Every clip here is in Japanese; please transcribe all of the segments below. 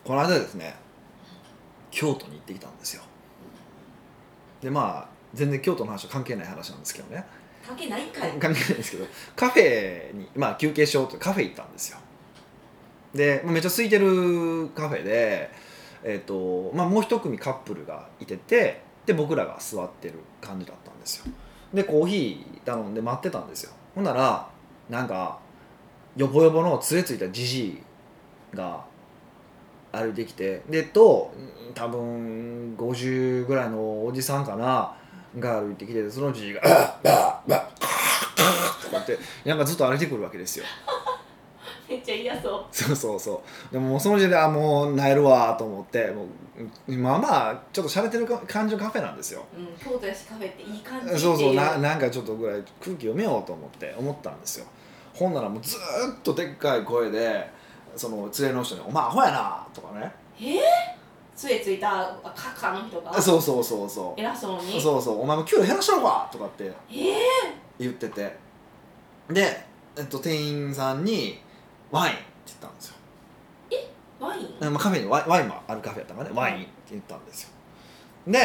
この間ですね、京都に行ってきたんですよ。でまあ全然京都の話は関係ない話なんですけどね、 関係ないんかい。 関係ないんですけど、カフェに、まあ、休憩しようとカフェ行ったんですよ。でめっちゃ空いてるカフェで、もう一組カップルがいてて、で僕らが座ってる感じだったんですよ。でコーヒー頼んで待ってたんですよ。ほんならなんかヨボヨボの杖ついたジジイが歩いてきて、多分50ぐらいのおじさんかなが歩いてきて、そのじじいが「あっあっあっ」とかってなんかずっと歩いてくるわけですよ。 めっちゃ嫌そう。 そうそうそう。でももうその時点でもう萎えるわと思って、もうまあまあちょっと洒落てる感じのカフェなんですよ。 京都やしカフェっていい感じっていう。 そうそう、なんかちょっとぐらい空気読めようと思ったんですよ。ほんならもうずーっとでっかい声でその連れの人に「お前アホやな」とかね。 杖ついたカカの人がそうそうそうそう偉そうにそうそう、お前も給料減らしたのかとかって言ってて、で、店員さんにワインって言ったんですよ。 ワインカフェにワインもあるカフェやったからね、ワインって言ったんですよ。で、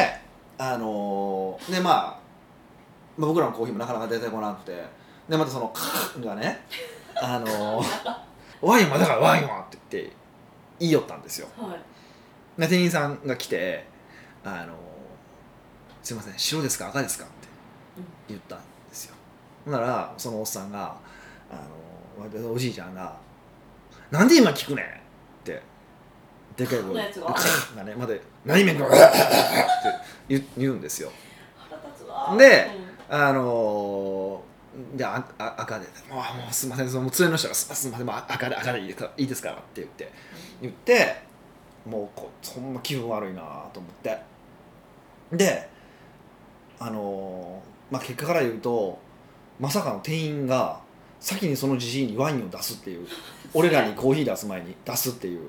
僕らのコーヒーもなかなか出てこなくて、でまたそのカーがね、ワインはだからワインはって言って言いよったんですよ。 はいで店員さんが来て、すいません白ですか赤ですかって言ったんですよ。ほんならそのおっさんが、おじいちゃんが「なんで今聞くねん」ってでかい声でがね、まだ何面かって言うんですよ。 腹立つわ。 で、じゃあ赤で「もうすいません、その連れの人がすいません、赤でいいですから」って言ってもうほんま気分悪いなと思って、で結果から言うと、まさかの店員が先にそのじじいにワインを出すっていう、俺らにコーヒー出す前に出すっていう。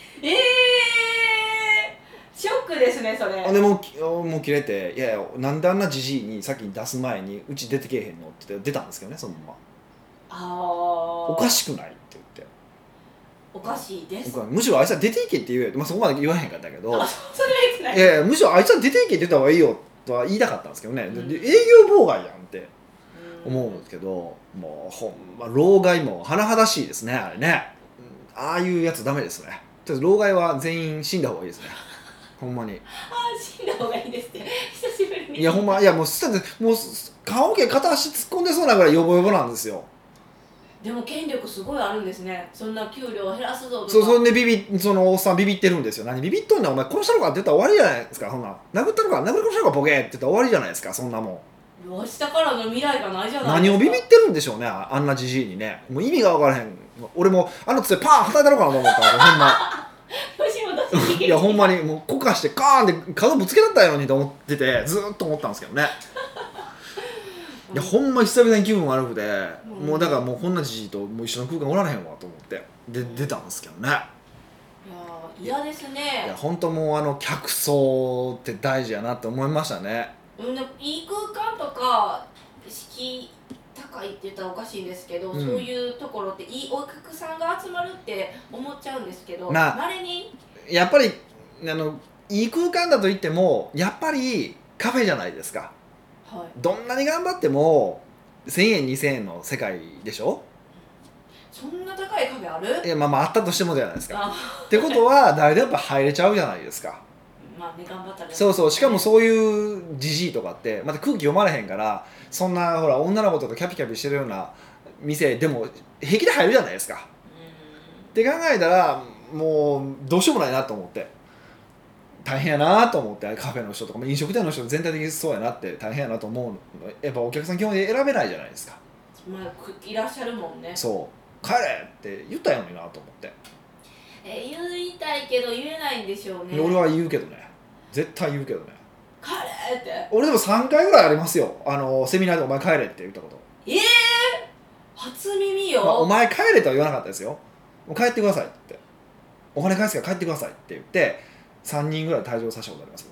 ショックですねそれ。 でもう切れて「いやいやなんであんなじじいに先に出す前にうち出てけえへんの?」って言って出たんですけどね、そのまま。おかしくないって言って。 おかしいです。 むしろあいつは出ていけって言え、そこまで言わへんかったけど、 それは言ってない。 いやいやむしろあいつは出ていけって言った方がいいよとは言いたかったんですけどね、で営業妨害やんって思うんですけど、もうほんま老害も甚だしいですねあれね。ああいうやつダメですね。とりあえず老害は全員死んだ方がいいですね、ほんまに。 死んだ方がいいですって久しぶりに。 いやほんま、いやもう棺桶片足突っ込んでそうなぐらいヨボヨボなんですよ。 でも権力すごいあるんですね。そんな給料を減らすぞとか。 そんでそのおっさんビビってるんですよ。何ビビっとんねんお前、殺したのかって言ったら終わりじゃないですか。そんな殴ったのか殴り殺したのかボケって言ったら終わりじゃないですか、そんなもん。 明日からの未来がないじゃないですか。 何をビビってるんでしょうね、あんなじじいにね。もう意味が分からへん。俺もつってパーン叩いたのかなと思ったんですよ、ほんま。 吉本新いやほんまにもうこかしてカーンって角ぶつけだったようにと思ってて、ずーっと思ったんですけどね。いやほんま久々に気分悪くて、もうだからもうこんなじじいともう一緒の空間おられへんわと思ってで出たんですけどね。 いや嫌ですね。 いや本当もう客層って大事やなって思いましたね。 いい空間とか敷居高いって言ったらおかしいんですけど、そういうところっていいお客さんが集まるって思っちゃうんですけど、稀にやっぱりいい空間だと言ってもやっぱりカフェじゃないですか。 はい、 どんなに頑張っても1000円2000円の世界でしょ。 そんな高いカフェある？ いやあったとしてもじゃないですか。ってことは誰でもやっぱ入れちゃうじゃないですか。 まあね、頑張ったら、ね、 そうそう、しかもそういうじじいとかってまた空気読まれへんから、そんなほら女の子とかキャピキャピしてるような店でも平気で入るじゃないですか。って考えたらもうどうしようもないなと思って、大変やなと思って、カフェの人とか飲食店の人全体的にそうやなって、大変やなと思う。やっぱお客さん基本で選べないじゃないですか。 まあ、いらっしゃるもんね。 そう帰れって言ったようになと思って。 言いたいけど言えないんでしょうね。 俺は言うけどね、絶対言うけどね。 帰れって。 俺でも3回ぐらいありますよ、セミナーでお前帰れって言ったこと。 初耳よ。 お前帰れとは言わなかったですよ。もう帰ってくださいって、お金返すから帰ってくださいって言って3人ぐらい退場させたことあります。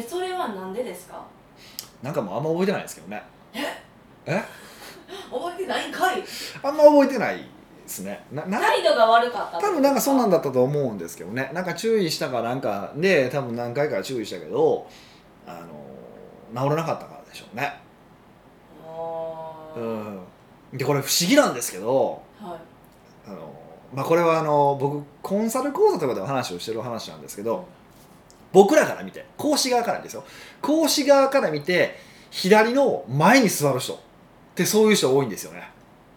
それはなんでですか？ なんかもうあんま覚えてないですけどね。 覚えてないんかい。 あんま覚えてないですね。 態度が悪かった多分なんかそうなんだったと思うんですけどね。なんか注意したかなんかで多分何回か注意したけど治らなかったからでしょうね。でこれ不思議なんですけど、 はい、 これは僕コンサル講座とかでは話をしてる話なんですけど、僕らから見て講師側からですよ、講師側から見て左の前に座る人ってそういう人多いんですよね。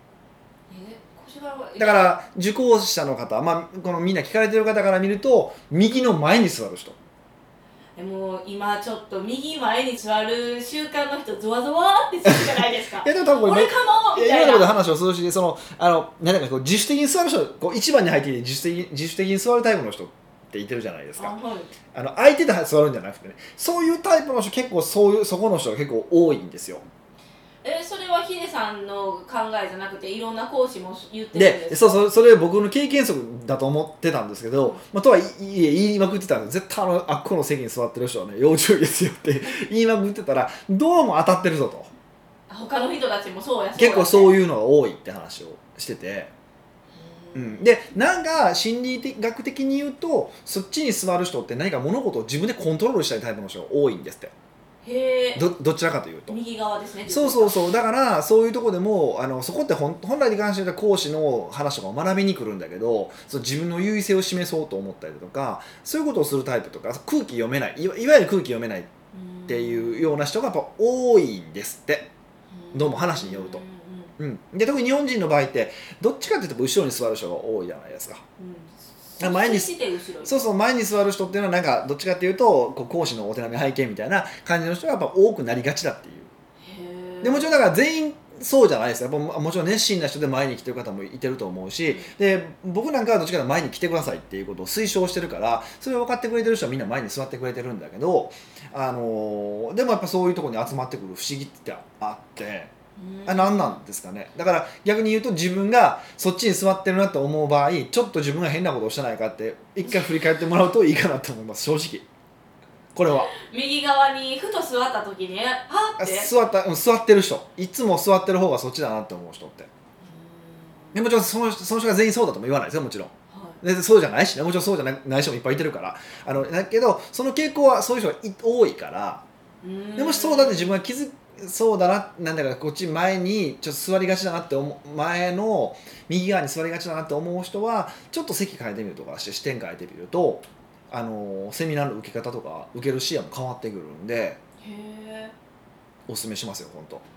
だから受講者の方、このみんな聞かれてる方から見ると右の前に座る人、 もう今ちょっと右前に座る習慣の人ゾワゾワってするじゃないですか。 いやでも多分これ俺かもみたいな。 いろんなことで話をするし、何だかこう自主的に座る人、こう一番に入っていて自主的に座るタイプの人っていてるじゃないですか。相手で座るんじゃなくてね、そういうタイプの人結構そこの人が結構多いんですよ。 それはヒデさんの考えじゃなくていろんな講師も言ってるんですか？ それ僕の経験則だと思ってたんですけど、とはいえ言いまくってたんで、絶対あっこの席に座ってる人はね要注意ですよって言いまくってたらどうも当たってるぞと。 他の人たちもそうや、 結構そういうのが多いって話をしてて、でなんか心理学的に言うとそっちに座る人って何か物事を自分でコントロールしたいタイプの人が多いんですって。どちらかというと右側ですね。 そうだからそういうところでもそこって本来に関して言うと講師の話とかを学びに来るんだけど、自分の優位性を示そうと思ったりとかそういうことをするタイプとか、空気読めない、いわゆる空気読めないっていうような人がやっぱ多いんですって、どうも話によると。で特に日本人の場合ってどっちかっていうと後ろに座る人が多いじゃないですか。前に前に座る人っていうのはなんかどっちかっていうとこう講師のお手並み拝見みたいな感じの人がやっぱ多くなりがちだっていう。でもちろんだから全員そうじゃないですよ。やっぱもちろん熱心な人で前に来てる方もいてると思うし、で僕なんかはどっちかというと前に来てくださいっていうことを推奨してるから、それを分かってくれてる人はみんな前に座ってくれてるんだけど、でもやっぱそういうところに集まってくる不思議ってあって。何なんですかね。だから逆に言うと自分がそっちに座ってるなと思う場合、ちょっと自分が変なことをしてないかって一回振り返ってもらうといいかなと思います、正直。これは右側にふと座った時にはって座ってる人、いつも座ってる方がそっちだなって思う人って、でもちろんその人が全員そうだとも言わないですよ、もちろん。でそうじゃないしね、もちろんそうじゃない人もいっぱいいてるから、だけどその傾向はそういう人が多いから、でもしそうだって自分がそうだな、なんだかこっち前にちょっと座りがちだなって前の右側に座りがちだなって思う人はちょっと席変えてみるとかして視点変えてみるとセミナーの受け方とか受ける視野も変わってくるんで、おすすめしますよ本当。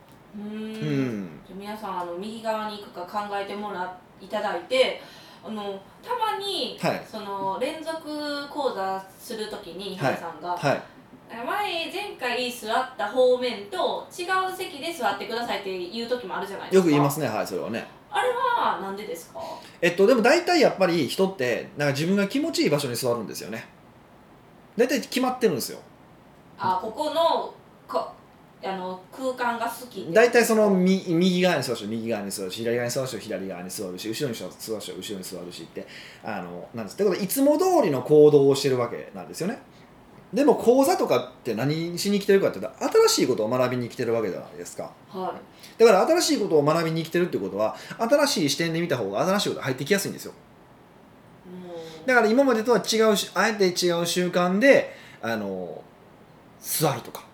皆さん右側に行くか考えていただいて、たまに、その連続講座するときにヒデさんが、前回座った方面と違う席で座ってくださいっていう時もあるじゃないですか。 よく言いますね。それはね。 あれはなんでですか？ でも大体やっぱり人ってなんか自分が気持ちいい場所に座るんですよね。大体決まってるんですよ。 ここの空間が好き。 大体その右側に座る人右側に座るし、左側に座る人左側に座るし、後ろに座る人後ろに座るしってなんです。ってことはいつも通りの行動をしてるわけなんですよね。でも講座とかって何しに来てるかって言ったら新しいことを学びに来てるわけじゃないですか。だから新しいことを学びに来てるってことは新しい視点で見た方が新しいことが入ってきやすいんですよ。だから今までとはあえて違う習慣で座るとか。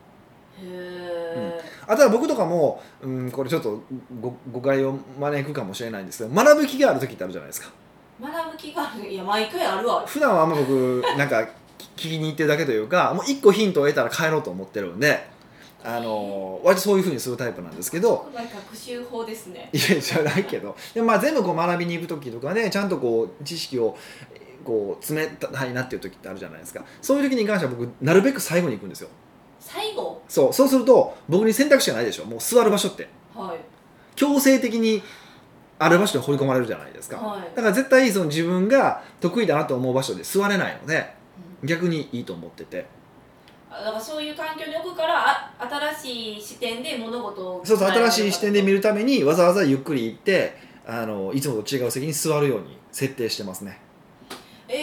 あとは僕とかも、これちょっと誤解を招くかもしれないんですけど、学ぶ気がある時ってあるじゃないですか。 学ぶ気がある。いや毎回あるわ。 普段はあんま僕なんか聞きに行ってるだけというか、もう一個ヒントを得たら帰ろうと思ってるんで、割とそういうふうにするタイプなんですけど。 学習法ですね。 いやじゃないけど、でも全部こう学びに行く時とかね、ちゃんとこう知識をこう詰めたいなっていう時ってあるじゃないですか。そういう時に関しては僕なるべく最後に行くんですよ。 最後？ そうすると僕に選択肢がないでしょ。もう座る場所って、強制的にある場所に放り込まれるじゃないですか。だから絶対その自分が得意だなと思う場所で座れないので、逆にいいと思ってて。 だからそういう環境に置くから新しい視点で物事を新しい視点で見るためにわざわざゆっくり行っていつもと違う席に座るように設定してますね。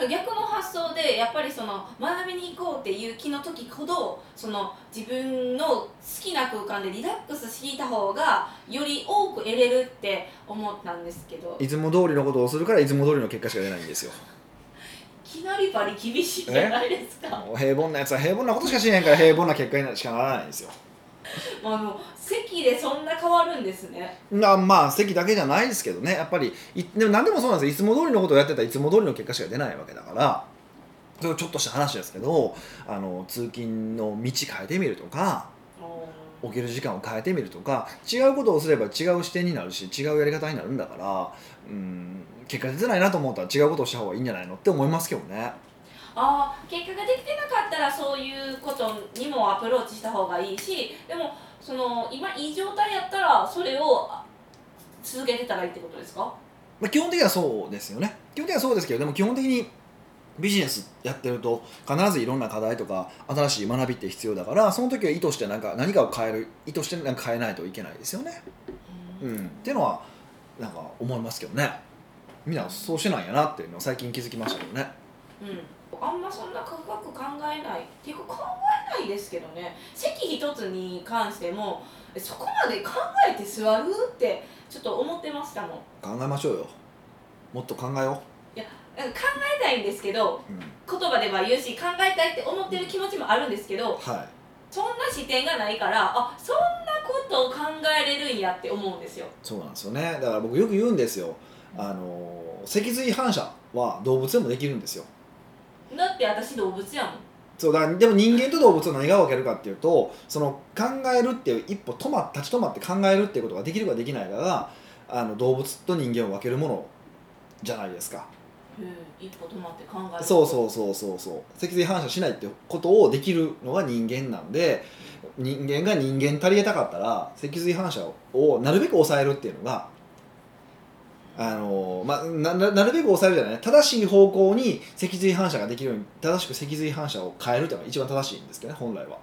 逆の発想でやっぱりその学びに行こうっていう気の時ほどその自分の好きな空間でリラックスしていた方がより多く得れるって思ったんですけど、 いつも通りのことをするからいつも通りの結果しか出ないんですよ。 いきなりバリ厳しいじゃないですか。 平凡なやつは平凡なことしかしないから平凡な結果にしかならないんですよ。 席でそんな変わるんですね。 まあ席だけじゃないですけどね、やっぱりでも何でもそうなんですよ。いつも通りのことをやってたらいつも通りの結果しか出ないわけだから、それちょっとした話ですけど、通勤の道変えてみるとか起きる時間を変えてみるとか、違うことをすれば違う視点になるし違うやり方になるんだから、結果出てないなと思ったら違うことをした方がいいんじゃないのって思いますけどね。 結果ができてなかったらそういうことにもアプローチした方がいいし、でもその今いい状態やったらそれを続けてたらいいってことですか？ 基本的にはそうですよね。基本的にはそうですけど、でも基本的にビジネスやってると必ずいろんな課題とか新しい学びって必要だから、その時は意図して何かを変える、意図して何か変えないといけないですよね。っていうのはなんか思いますけどね。みんなそうしてないんやなっていうのを最近気づきましたけどね。 あんまそんな深く考えないっていうか考えないですけどね。席一つに関してもそこまで考えて座るってちょっと思ってましたもん。 考えましょうよ。もっと考えよう。いや考えたいんですけど、言葉では言うし考えたいって思ってる気持ちもあるんですけど、そんな視点がないからそんなことを考えれるんやって思うんですよ。 そうなんですよね。だから僕よく言うんですよ。脊髄反射は動物でもできるんですよ。 だって私動物やもん。 そうだ、でも人間と動物は何が分けるかっていうと、その考えるっていう一歩立ち止まって考えるっていうことができるかできないかが動物と人間を分けるものじゃないですか。 一歩止まって考える。 そう脊髄反射しないってことをできるのが人間なんで、人間が人間足りえたかったら脊髄反射をなるべく抑えるっていうのがなるべく抑えるじゃない、正しい方向に脊髄反射ができるように正しく脊髄反射を変えるというのが一番正しいんですけどね、本来は。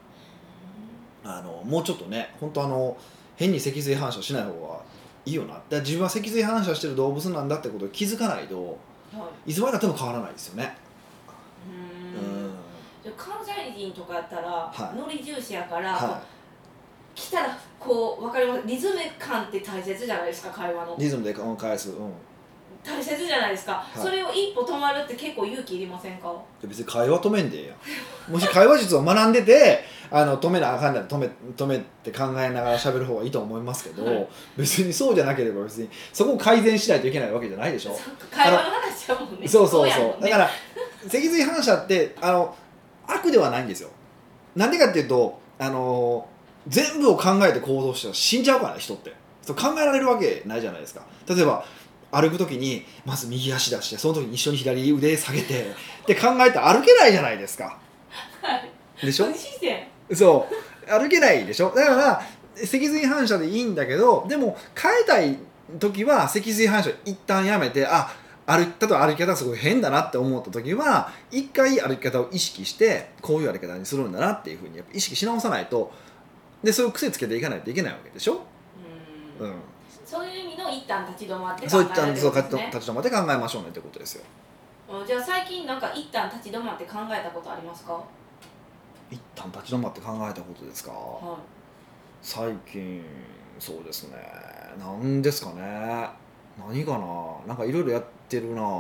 もうちょっとね、本当変に脊髄反射しない方がいいよな。だから自分は脊髄反射してる動物なんだってことを気づかないと、いつまでたっても変わらないですよね。 関西人とかやったら、ノリ重視やから、来たらこう分かります。リズム感って大切じゃないですか、会話の。 リズムで返す、 大切じゃないですか、それを一歩止まるって結構勇気いりませんか？ 別に会話止めんでええやん。もし会話術を学んでて止めなあかんなら止めって考えながら喋る方がいいと思いますけど、別にそうじゃなければ別にそこを改善しないといけないわけじゃないでしょ。 会話の話はもんね。 そうだから脊髄反射って悪ではないんですよ。なんでかっていうと全部を考えて行動したら死んじゃうからね、人って。そう考えられるわけないじゃないですか。例えば歩く時にまず右足出して、その時に一緒に左腕下げてって考えて歩けないじゃないですか。でしょ？そう歩けないでしょ。だから脊髄反射でいいんだけど、でも変えたい時は脊髄反射一旦やめて、例えば歩き方がすごい変だなって思った時は一回歩き方を意識してこういう歩き方にするんだなっていうふうにやっぱ意識し直さないと、でそういう癖つけていかないといけないわけでしょ。 そういう意味の一旦立ち止まって考えるってことですね。立ち止まって考えましょうねってことですよ。 じゃあ最近なんか一旦立ち止まって考えたことありますか？ 一旦立ち止まって考えたことですか？最近そうですね。何ですかね。何かな。なんかいろいろやってるな。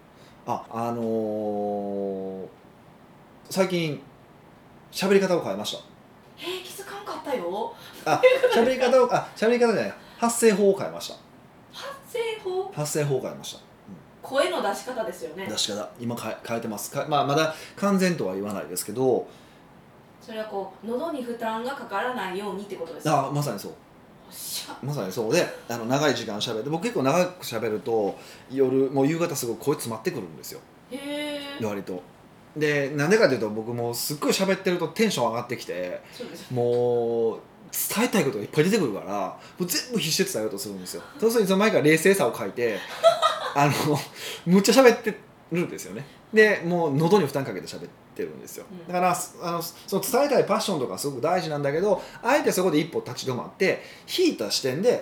最近喋り方を変えました。 気づかんかったよ。 喋り方じゃない、発声法を変えました。発声法を変えました。 声の出し方ですよね。 出し方今変えてます。まだ完全とは言わないですけど、 それはこう喉に負担がかからないようにってことですか？ まさにそう。まさにそうで、長い時間喋って、僕結構長く喋るともう夕方すごい声詰まってくるんですよ。割と。でなんでかというと、僕もすっごい喋ってるとテンション上がってきて、もう伝えたいことがいっぱい出てくるから、もう全部必死で伝えようとするんですよ。そうするといつの間にか冷静さを書いてむっちゃ喋ってるんですよね。でもう喉に負担かけて喋ってるんですよ。だからその伝えたいパッションとかすごく大事なんだけど、あえてそこで一歩立ち止まって引いた視点で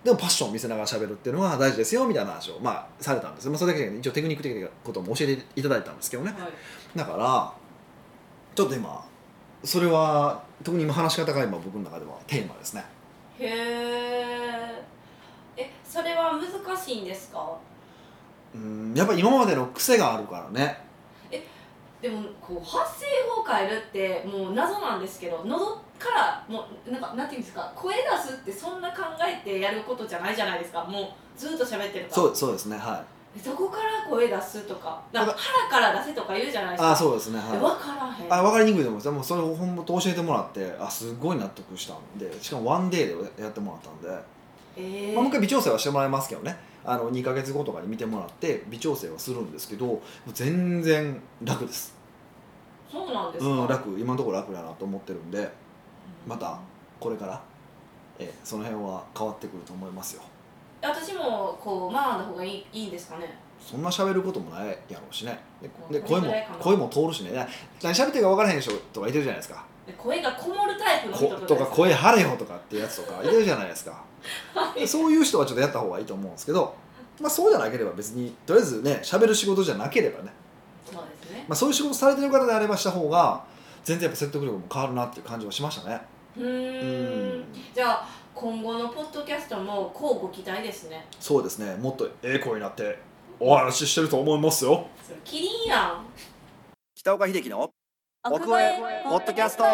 でもパッションを見せながら喋るっていうのは大事ですよみたいな話を、されたんです。それだけで一応テクニック的なことも教えていただいたんですけどね、だからちょっと今それは特に今話し方が今僕の中ではテーマですね。 へえ。それは難しいんですか？ やっぱり今までの癖があるからね。 でもこう発声法を変えるってもう謎なんですけど、喉からもうなんていうんですか、声出すってそんな考えてやることじゃないじゃないですか。もうずっと喋ってるから。 そうですね、はい。 そこから声出すとか、腹から出せとか言うじゃないですか。 そうですね、はい。 分からへん。 分かりにくいと思います。もうそれを本当教えてもらって、すごい納得したんで、しかもワンデーでやってもらったんで、もう一回微調整はしてもらいますけどね、2ヶ月後とかに見てもらって微調整はするんですけど、もう全然楽です。 そうなんですか？ 楽、今のところ楽だなと思ってるんで、またこれから、その辺は変わってくると思いますよ。 私もこう学んだ方がいいんですかね？ そんな喋ることもないやろうしね。で声も通るしね。何喋ってるか分からへん人とかいてるじゃないですか。 声がこもるタイプの人とか声張れよとかっていうやつとかいてるじゃないですか。そういう人はちょっとやった方がいいと思うんですけど、そうじゃなければ別にとりあえずね、喋る仕事じゃなければね、 そうですね、 そういう仕事されてる方であればした方が全然やっぱ説得力も変わるなっていう感じはしましたね。 じゃあ今後のポッドキャストもこうご期待ですね。 そうですね、もっと声になってお話ししてると思いますよ。 それキリンやん。 北岡秀樹の奥越えポッドキャスト。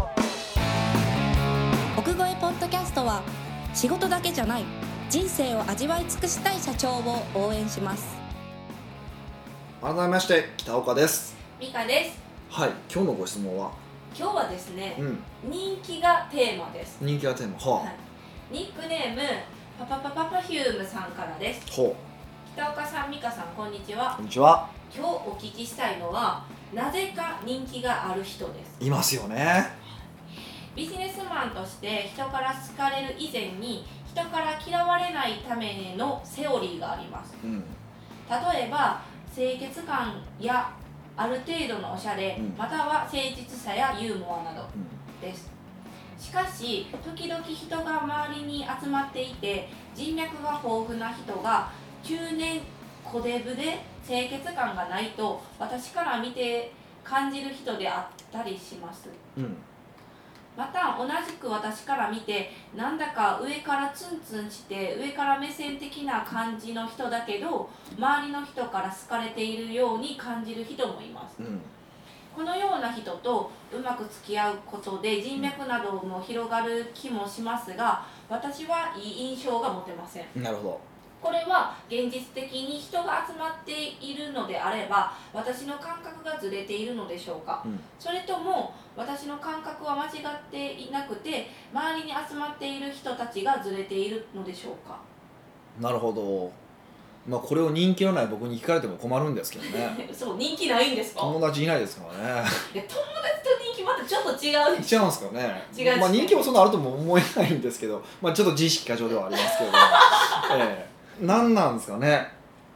奥越えポッドキャストは仕事だけじゃない人生を味わい尽くしたい社長を応援します。 改めまして北岡です。 美香です。 はい、今日のご質問は？ 今日はですね、人気がテーマです。 人気がテーマ、 ニックネームパパパパパヒュームさんからです。北岡さん、美香さん、こんにちは。 こんにちは。 今日お聞きしたいのはなぜか人気がある人です。 いますよね。 ビジネスマンとして人から好かれる以前に人から嫌われないためのセオリーがあります。例えば清潔感やある程度のおしゃれ、または誠実さやユーモアなどです。しかし時々人が周りに集まっていて人脈が豊富な人が中年小デブで清潔感がないと私から見て感じる人であったりします。また同じく私から見てなんだか上からツンツンして上から目線的な感じの人だけど周りの人から好かれているように感じる人もいます。このような人とうまく付き合うことで人脈なども広がる気もしますが、私はいい印象が持てません。 なるほど。 これは現実的に人が集まっているのであれば私の感覚がずれているのでしょうか、それとも私の感覚は間違っていなくて周りに集まっている人たちがずれているのでしょうか。 なるほど。これを人気のない僕に聞かれても困るんですけどね。 そう、人気ないんですか？ 友達いないですからね。 いや、友達と人気またちょっと違うでしょ。 違うんですかね。 違う。 人気もそんなあるとも思えないんですけど、ちょっと自意識過剰ではありますけど、何なんですかね。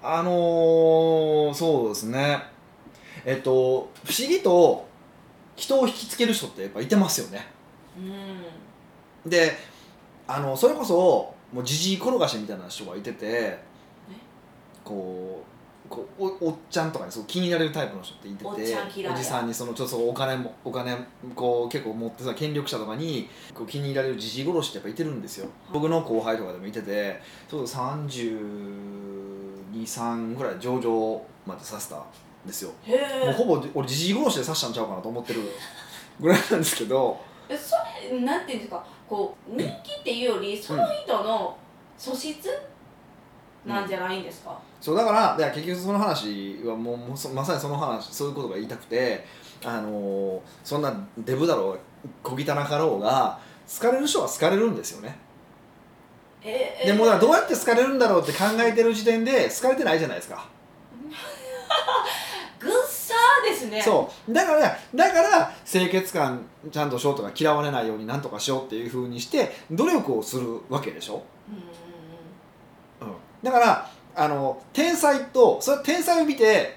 そうですね。不思議と人を引きつける人ってやっぱいてますよね。で、それこそもうじじい転がしみたいな人がいてて、おっちゃんとかに気に入られるタイプの人っていてて、おじさんにちょっとお金結構持ってさ権力者とかに気に入られるじじい殺しってやっぱいてるんですよ。僕の後輩とかでもいてて、ちょっと32、3ぐらい上場までさせたんですよ。もうほぼ俺じじい殺しで刺したんちゃうかなと思ってるぐらいなんですけど、 それなんていうんですか、人気っていうよりその人の素質なんじゃないんですか。 そうだから結局その話はもうまさにその話、そういうことが言いたくて、そんなデブだろう小汚かろうが好かれる人は好かれるんですよね。でもどうやって好かれるんだろうって考えてる時点で好かれてないじゃないですか。 ぐっさーですね。 そうだから清潔感ちゃんとしようとか嫌われないようになんとかしようっていう風にして努力をするわけでしょ。だから天才とそれ天才を見て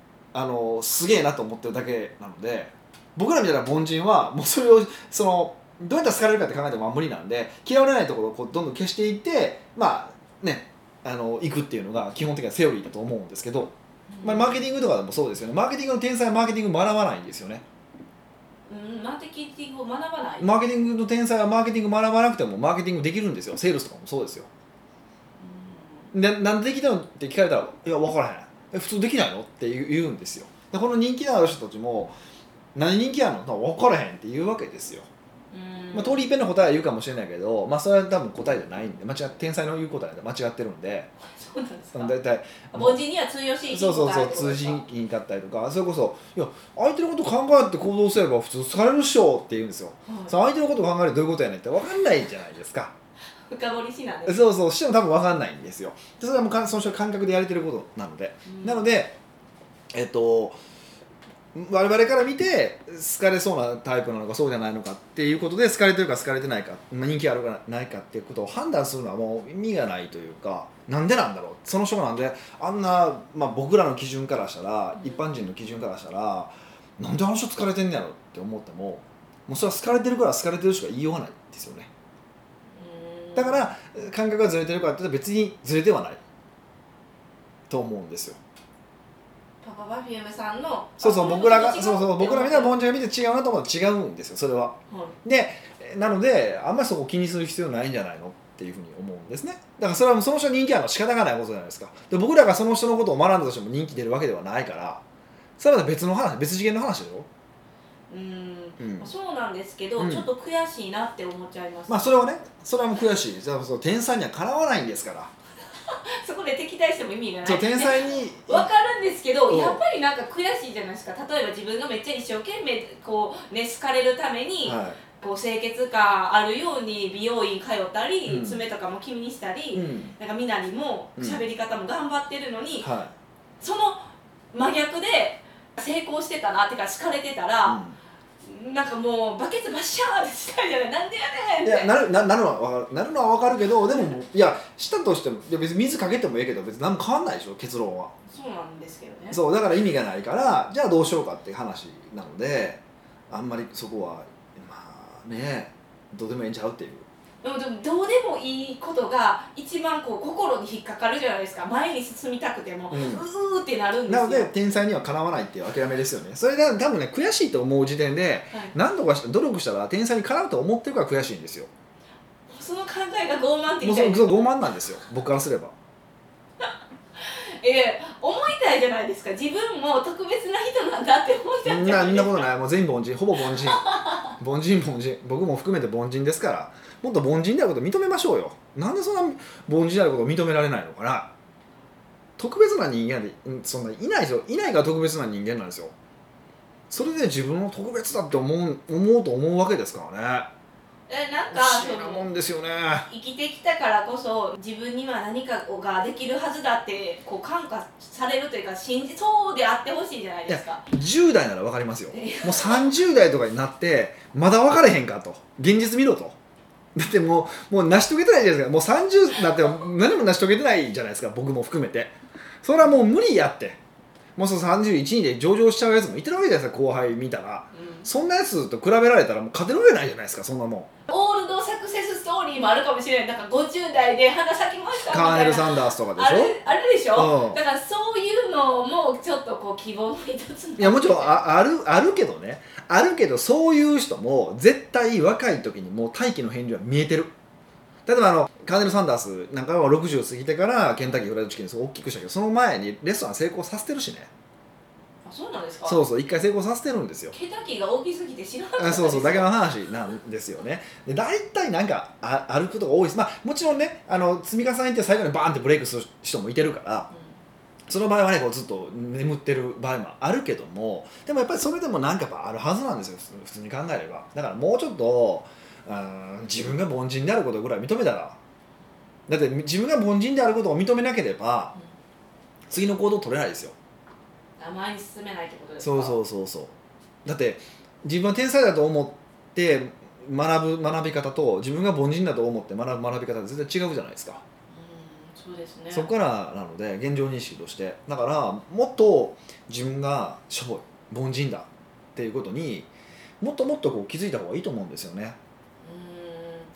すげえなと思ってるだけなので、僕らみたいな凡人はもうそれをどうやったら好かれるかって考えても無理なんで、嫌われないところをこうどんどん消していってまあね行くっていうのが基本的なセオリーだと思うんですけど、まあ、マーケティングとかでもそうですよね。マーケティングの天才はマーケティング学ばないんですよね。 マーケティングを学ばない。 マーケティングの天才はマーケティング学ばなくてもマーケティングできるんですよ。セールスとかもそうですよ。でなんでできたのって聞かれたら「いや分からへん、普通できないの?」って言うんですよ。でこの人気のある人たちも「何人気あるの?」分からへんって言うわけですよ。まあ、通り一遍の答えは言うかもしれないけど、まあ、それは多分答えじゃないんで天才の言う答えで間違ってるんで、 そうなんですか。 大体凡人には通用しそう通じんかったりとか、それこそ「いや相手のこと考えて行動すれば普通好かれるっしょ」って言うんですよ、その相手のこと考えるどういうことやねんって分かんないじゃないですか。 深掘りしなんです。 そうしても多分分かんないんですよ。でそれはもうその人の感覚でやれてることなので、なので我々から見て好かれそうなタイプなのかそうじゃないのかっていうことで好かれてるか好かれてないか、人気あるかないかっていうことを判断するのはもう意味がないというか、なんでなんだろう、その人がなんであんな、まあ、僕らの基準からしたら、一般人の基準からしたらなんであの人疲れてんねやろって思っても、もうそれは好かれてるから好かれてるしか言いようがないんですよね。だから感覚がずれてるかって言ったら別にずれてはないと思うんですよ。 パパPerfumeさんの僕ら見たら凡人が見て違うなと思うと違うんですよ、それは。でなのであんまりそこ気にする必要ないんじゃないのっていうふうに思うんですね。だからそれはもうその人人気あるのは仕方がないことじゃないですか。で僕らがその人のことを学んだとしても人気出るわけではないから、それは別の話、別次元の話でしょ。 そうなんですけど、ちょっと悔しいなって思っちゃいます。 まあそれはもう悔しいです。天才にはかなわないんですから。 そこで敵対しても意味がない。 そう天才に分かるんですけど、やっぱりなんか悔しいじゃないですか。例えば自分がめっちゃ一生懸命こうね好かれるために、こう清潔感あるように美容院通ったり、爪とかも気にしたり、なんか身なりも喋り方も頑張ってるのに、その真逆で成功してたらってか好かれてたら、なんかもうバケツバッシャーってしたいじゃない、なんでやねんって。いやなるのは分かるけど、でもいやしたとしても別に水かけてもいいけど別に何も変わんないでしょ、結論は。 そうなんですけどね。 そうだから意味がないから、じゃあどうしようかって話なので、あんまりそこはまあねどうでもいいんちゃうっていう。 でもどうでもいいことが一番こう心に引っかかるじゃないですか。前に進みたくても、うーってなるんですよ。 なので天才にはかなわないっていう諦めですよね。それで多分ね悔しいと思う時点で、何とか努力したら天才にかなうと思ってるから悔しいんですよ。 その考えが傲慢って言ったら傲慢なんですよ、僕からすれば。 思いたいじゃないですか。自分も特別な人なんだって思いたいじゃないですか。 そんなことない。もう全員凡人、ほぼ凡人凡人、僕も含めて凡人ですから、もっと凡人であることを認めましょうよ。なんでそんな凡人であることを認められないのかな。特別な人間でそんないないですよ。いないから特別な人間なんですよ。それで自分を特別だって思うと思うわけですからね。 なんか不思議なもんですよね。 生きてきたからこそ自分には何かができるはずだってこう感化されるというか、信じそうであってほしいじゃないですか。 10代なら分かりますよ。もう30代とかになってまだ分かれへんかと、現実見ろと。だってもう成し遂げてないじゃないですか。もう30になって何も成し遂げてないじゃないですか、僕も含めて。それはもう無理やって。もうその31人で上場しちゃうやつもいてるわけじゃないですか、後輩見たら。そんなやつと比べられたらもう勝てるわけないじゃないですか、そんなもん。 オールドサクセスストーリーもあるかもしれない。なんか50代で花咲きましたみたいな。 カーネル・サンダースとかでしょ。 あるでしょ、だからそういうのもちょっとこう希望の一つ。 いやもちろんあるけどね、あるけどそういう人も絶対若い時にもう大気の変流は見えてる。例えばカーネル・サンダースなんかは60過ぎてからケンタッキーフライドチキンを大きくしたけど、その前にレストラン成功させてるしね。 そうなんですか。 そう一回成功させてるんですよ。 ケンタッキーが大きすぎて知らなかったです。 そうだけの話なんですよね。で大体なんかあることが多いです。まあもちろんね積み重ねて最後にバーンってブレイクする人もいてるから、その場合はねこうずっと眠ってる場合もあるけども、でもやっぱりそれでもなんかあるはずなんですよ、普通に考えれば。だからもうちょっと自分が凡人であることぐらい認めたら、だって自分が凡人であることを認めなければ、次の行動取れないですよ。 前に進めないってことですか。 そうだって自分は天才だと思って学び方と自分が凡人だと思って学び方は絶対違うじゃないですか。 そうですね。 そこからなので現状認識として、だからもっと自分がしょぼい凡人だっていうことにもっとこう気づいた方がいいと思うんですよね。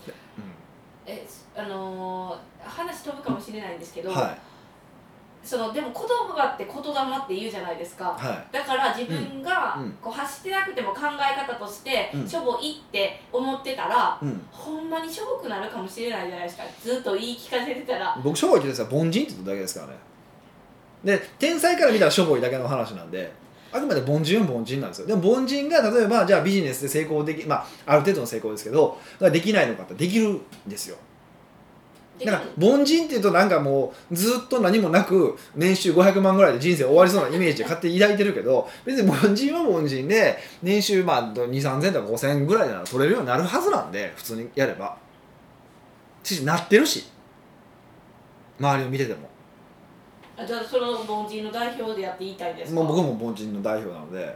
話飛ぶかもしれないんですけど、 はい、 でも言葉って言霊って言うじゃないですか、 はい、 だから自分がこう発してなくても考え方としてしょぼいって思ってたら、ほんまにしょぼくなるかもしれないじゃないですか、ずっと言い聞かせてたら。 僕しょぼいって言ってたら凡人って言っただけですからね。で天才から見たらしょぼいだけの話なんで、あくまで凡人は凡人なんですよ。でも凡人が例えばじゃあビジネスで成功でき、ある程度の成功ですけどできないのかってできるんですよ。だから凡人っていうとなんかもうずっと何もなく年収500万ぐらいで人生終わりそうなイメージで勝手に抱いてるけど、別に凡人は凡人で年収2,3000とか5000ぐらいなら取れるようになるはずなんで、普通にやればなってるし、周りを見てても。 じゃあその凡人の代表でやって言いたいですか？ もう僕も凡人の代表なので、なんか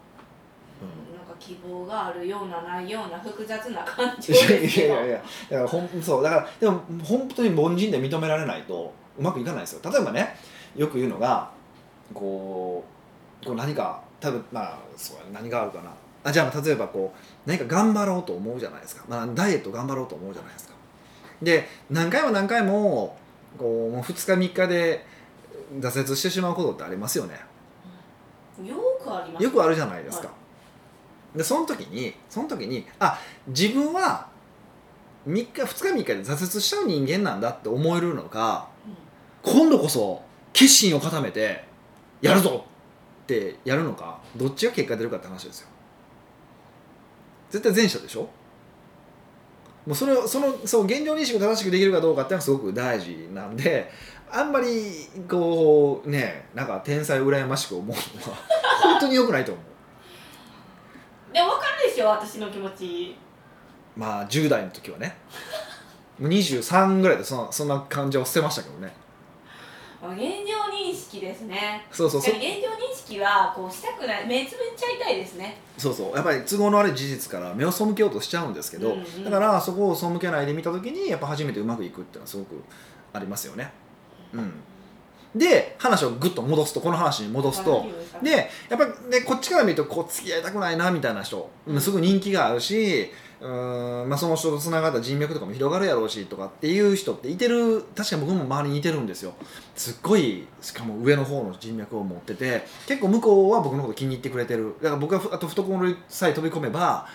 希望があるようなないような複雑な感じですけど。 いやだからそうだからでも本当に凡人で認められないとうまくいかないですよ。例えばね、よく言うのがこう何か多分そう何があるかな。じゃあ例えば何か頑張ろうと思うじゃないですか。ダイエット頑張ろうと思うじゃないですか。で何回も何回ももう2日3日で挫折してしまうことってありますよね。 よくあります。 よくあるじゃないですか。でその時に自分は2日3日で挫折しちゃう人間なんだって思えるのか、今度こそ決心を固めてやるぞってやるのか、どっちが結果出るかって話ですよ。絶対前者でしょ。もうその現状認識を正しくできるかどうかっていうのはすごく大事なんで、あんまりなんか天才を羨ましく思うのは本当に良くないと思う。 でも分かるでしょ、私の気持ち。 10代の時はね、もう23ぐらいでそんな感じを捨てましたけどね。 現状認識ですね。 そう現状認識はしたくない、目つぶっちゃいたいですね。 そうやっぱり都合の悪い事実から目を背けようとしちゃうんですけど、だからそこを背けないで見た時にやっぱ初めてうまくいくっていうのはすごくありますよね。で話をグッと戻すと、この話に戻すと、でやっぱり、こっちから見ると付き合いたくないなみたいな人、すぐ人気があるし、その人とつながった人脈とかも広がるやろうしとかっていう人っていてる。確かに僕も周りにいてるんですよ。すっごい、しかも上の方の人脈を持ってて、結構向こうは僕のこと気に入ってくれてる。だから僕があと懐さえ飛び込めば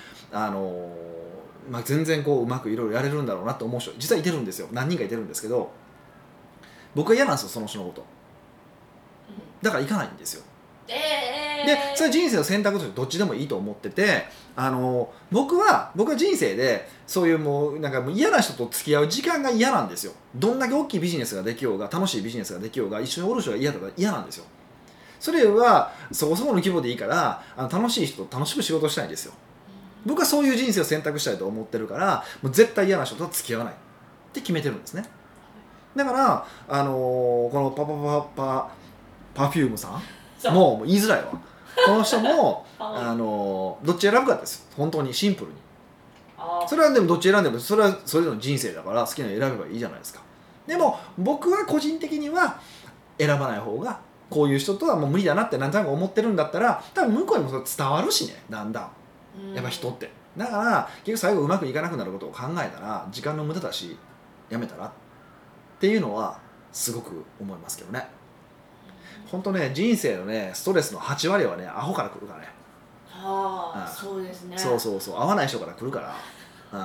全然うまくいろいろやれるんだろうなと思う人実はいてるんですよ。何人かいてるんですけど、僕は嫌なんですよ、その人のこと。だから行かないんですよ。でそれは人生の選択としてどっちでもいいと思ってて、僕は人生でそういうもう嫌な人と付き合う時間が嫌なんですよ。どんだけ大きいビジネスができようが楽しいビジネスができようが一緒におる人が嫌なんですよ。それはそこそこの規模でいいから楽しい人と楽しく仕事したいんですよ。僕はそういう人生を選択したいと思ってるから、もう絶対嫌な人とは付き合わないって決めてるんですね。だからこのパフュームさんもう言いづらいわ。この人もどっち選ぶかです。本当にシンプルに。それはでもどっち選んでもそれはそれぞれの人生だから好きなの選べばいいじゃないですか。でも僕は個人的には選ばない方が、こういう人とはもう無理だなって何となく思ってるんだったら、多分向こうにもそれ伝わるしね、だんだんやっぱ人って。だから結局最後うまくいかなくなることを考えたら時間の無駄だし、やめたらっていうのはすごく思いますけどね。本当ね、人生のねストレスの8割はねアホから来るからね。 そうですね。 そう合わない人から来るから。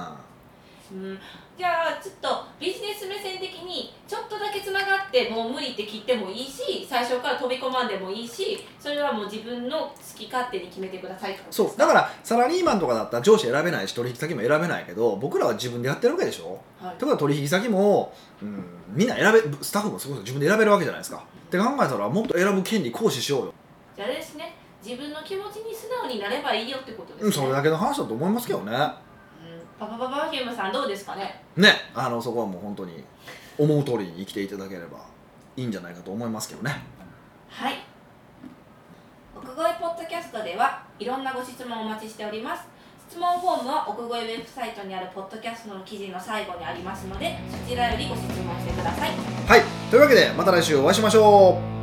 じゃあちょっとビジネス目線的にちょっとだけつながってもう無理って切ってもいいし、最初から飛び込まんでもいいし、それはもう自分の好き勝手に決めてくださいってことですか？そうだからサラリーマンとかだったら上司選べないし取引先も選べないけど、僕らは自分でやってるわけでしょ。ということは取引先も、みんなスタッフもすごく自分で選べるわけじゃないですか。って考えたらもっと選ぶ権利行使しようよ。じゃあですね、自分の気持ちに素直になればいいよってことですね。それだけの話だと思いますけどね。パフュームさんどうですかね。そこはもう本当に思う通りに生きていただければいいんじゃないかと思いますけどね。はい。奥越ポッドキャストではいろんなご質問をお待ちしております。質問フォームは奥越ウェブサイトにあるポッドキャストの記事の最後にありますので、そちらよりご質問してください。はい。というわけでまた来週お会いしましょう。